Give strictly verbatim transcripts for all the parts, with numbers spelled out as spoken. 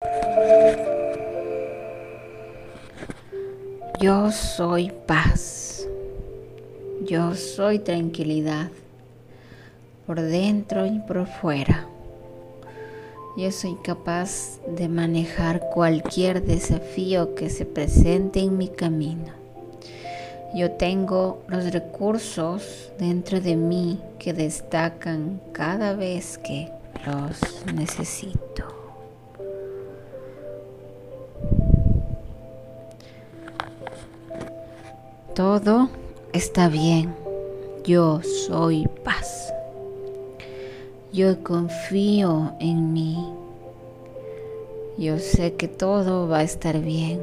Yo soy paz. Yo soy tranquilidad, por dentro y por fuera. Yo soy capaz de manejar cualquier desafío que se presente en mi camino. Yo tengo los recursos dentro de mí que destacan cada vez que los necesito. Todo está bien. Yo soy paz. Yo confío en mí. Yo sé que todo va a estar bien.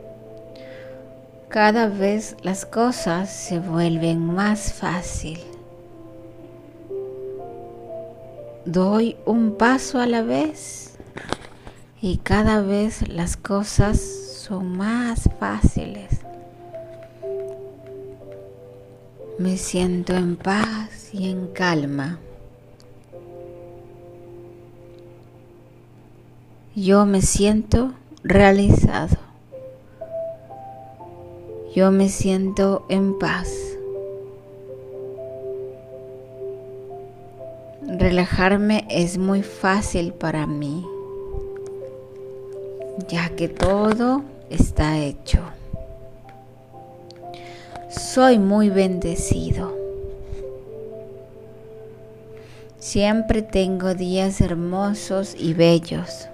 Cada vez las cosas se vuelven más fácil. Doy un paso a la vez y cada vez las cosas son más fáciles. Me siento en paz y en calma. Yo me siento realizado. Yo me siento en paz. Relajarme es muy fácil para mí, ya que todo está hecho. Soy muy bendecido. Siempre tengo días hermosos y bellos.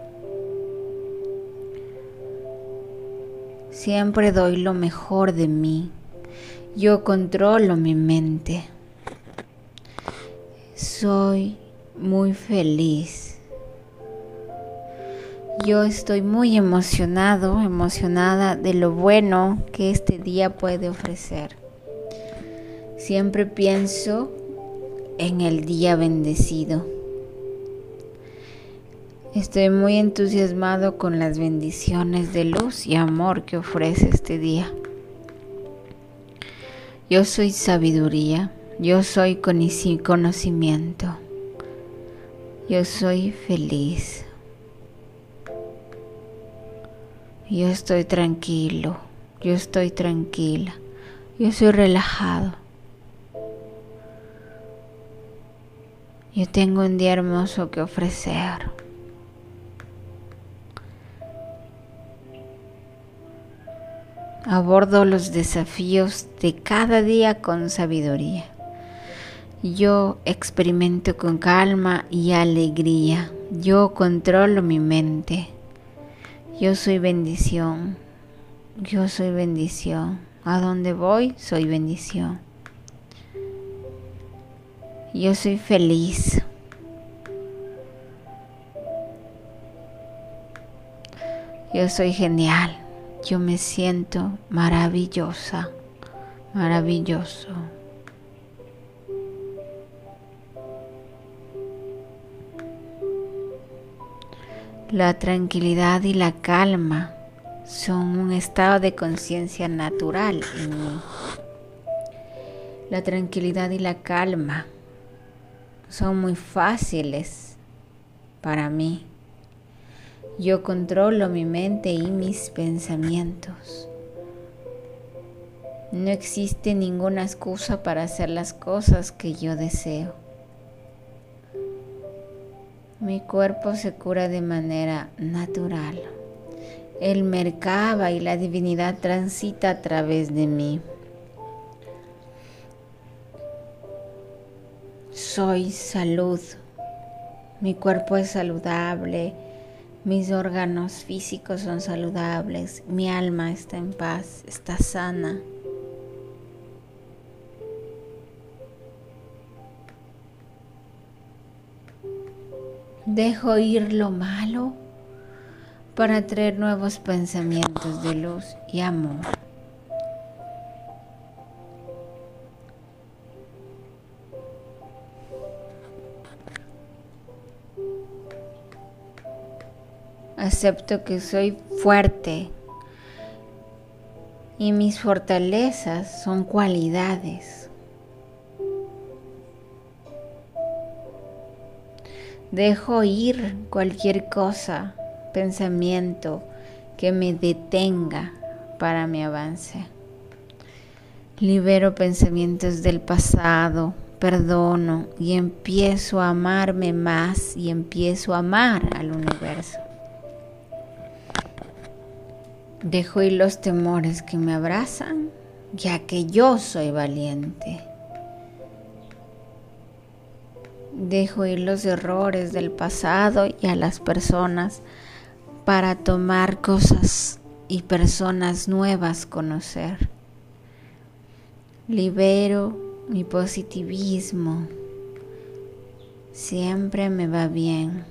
Siempre doy lo mejor de mí. Yo controlo mi mente. Soy muy feliz. Yo estoy muy emocionado, emocionada de lo bueno que este día puede ofrecer. Siempre pienso en el día bendecido. Estoy muy entusiasmado con las bendiciones de luz y amor que ofrece este día. Yo soy sabiduría, yo soy conocimiento, yo soy feliz. Yo estoy tranquilo, yo estoy tranquila, yo soy relajado. Yo tengo un día hermoso que ofrecer. Abordo los desafíos de cada día con sabiduría. Yo experimento con calma y alegría. Yo controlo mi mente. Yo soy bendición. Yo soy bendición. A donde voy, soy bendición. Yo soy feliz. Yo soy genial. Yo me siento maravillosa, maravilloso. La tranquilidad y la calma son un estado de conciencia natural en mí. La tranquilidad y la calma son muy fáciles para mí. Yo controlo mi mente y mis pensamientos. No existe ninguna excusa para hacer las cosas que yo deseo. Mi cuerpo se cura de manera natural. El Merkaba y la divinidad transita a través de mí. Soy salud. Mi cuerpo es saludable. Mis órganos físicos son saludables. Mi alma está en paz, está sana. Dejo ir lo malo para traer nuevos pensamientos de luz y amor. Acepto que soy fuerte y mis fortalezas son cualidades. Dejo ir cualquier cosa pensamiento que me detenga para mi avance. Libero pensamientos del pasado, perdono y empiezo a amarme más y empiezo a amar al universo. Dejo ir los temores que me abrazan, ya que yo soy valiente. Dejo ir los errores del pasado y a las personas para tomar cosas y personas nuevas conocer. Libero mi positivismo. Siempre me va bien.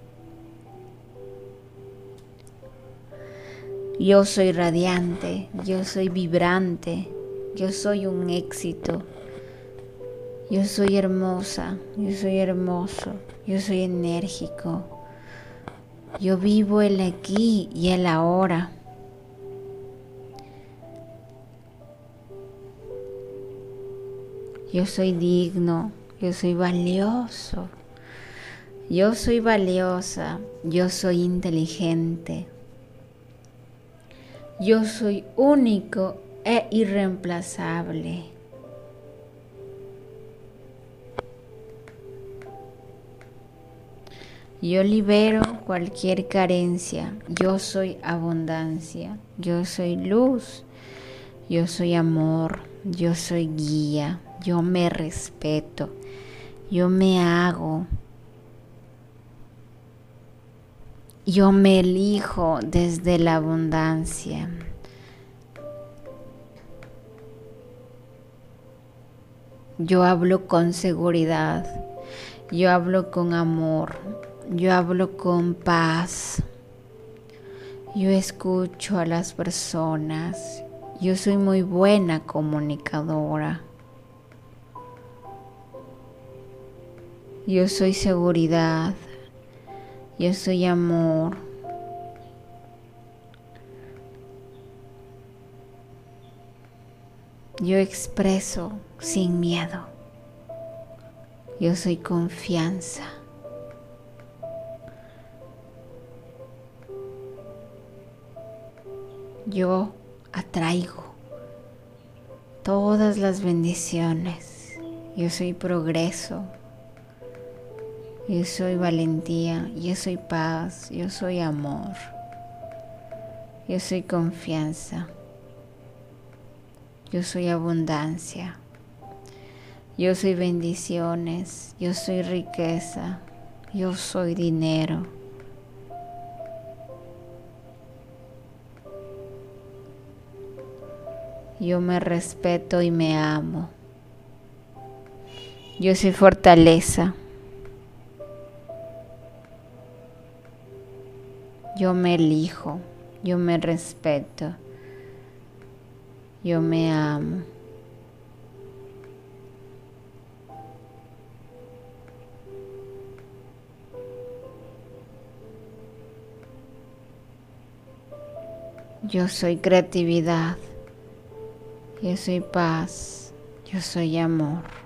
Yo soy radiante, yo soy vibrante, yo soy un éxito. Yo soy hermosa, yo soy hermoso, yo soy enérgico. Yo vivo el aquí y el ahora. Yo soy digno, yo soy valioso. Yo soy valiosa, yo soy inteligente. Yo soy único e irreemplazable. Yo libero cualquier carencia. Yo soy abundancia. Yo soy luz. Yo soy amor. Yo soy guía. Yo me respeto. Yo me hago. Yo me elijo desde la abundancia. Yo hablo con seguridad. Yo hablo con amor. Yo hablo con paz. Yo escucho a las personas. Yo soy muy buena comunicadora. Yo soy seguridad. Yo soy amor. Yo expreso sin miedo. Yo soy confianza. Yo atraigo todas las bendiciones. Yo soy progreso. Yo soy valentía, yo soy paz, yo soy amor, yo soy confianza, yo soy abundancia, yo soy bendiciones, yo soy riqueza, yo soy dinero. Yo me respeto y me amo. Yo soy fortaleza. Yo me elijo, yo me respeto, yo me amo. Yo soy creatividad, yo soy paz, yo soy amor.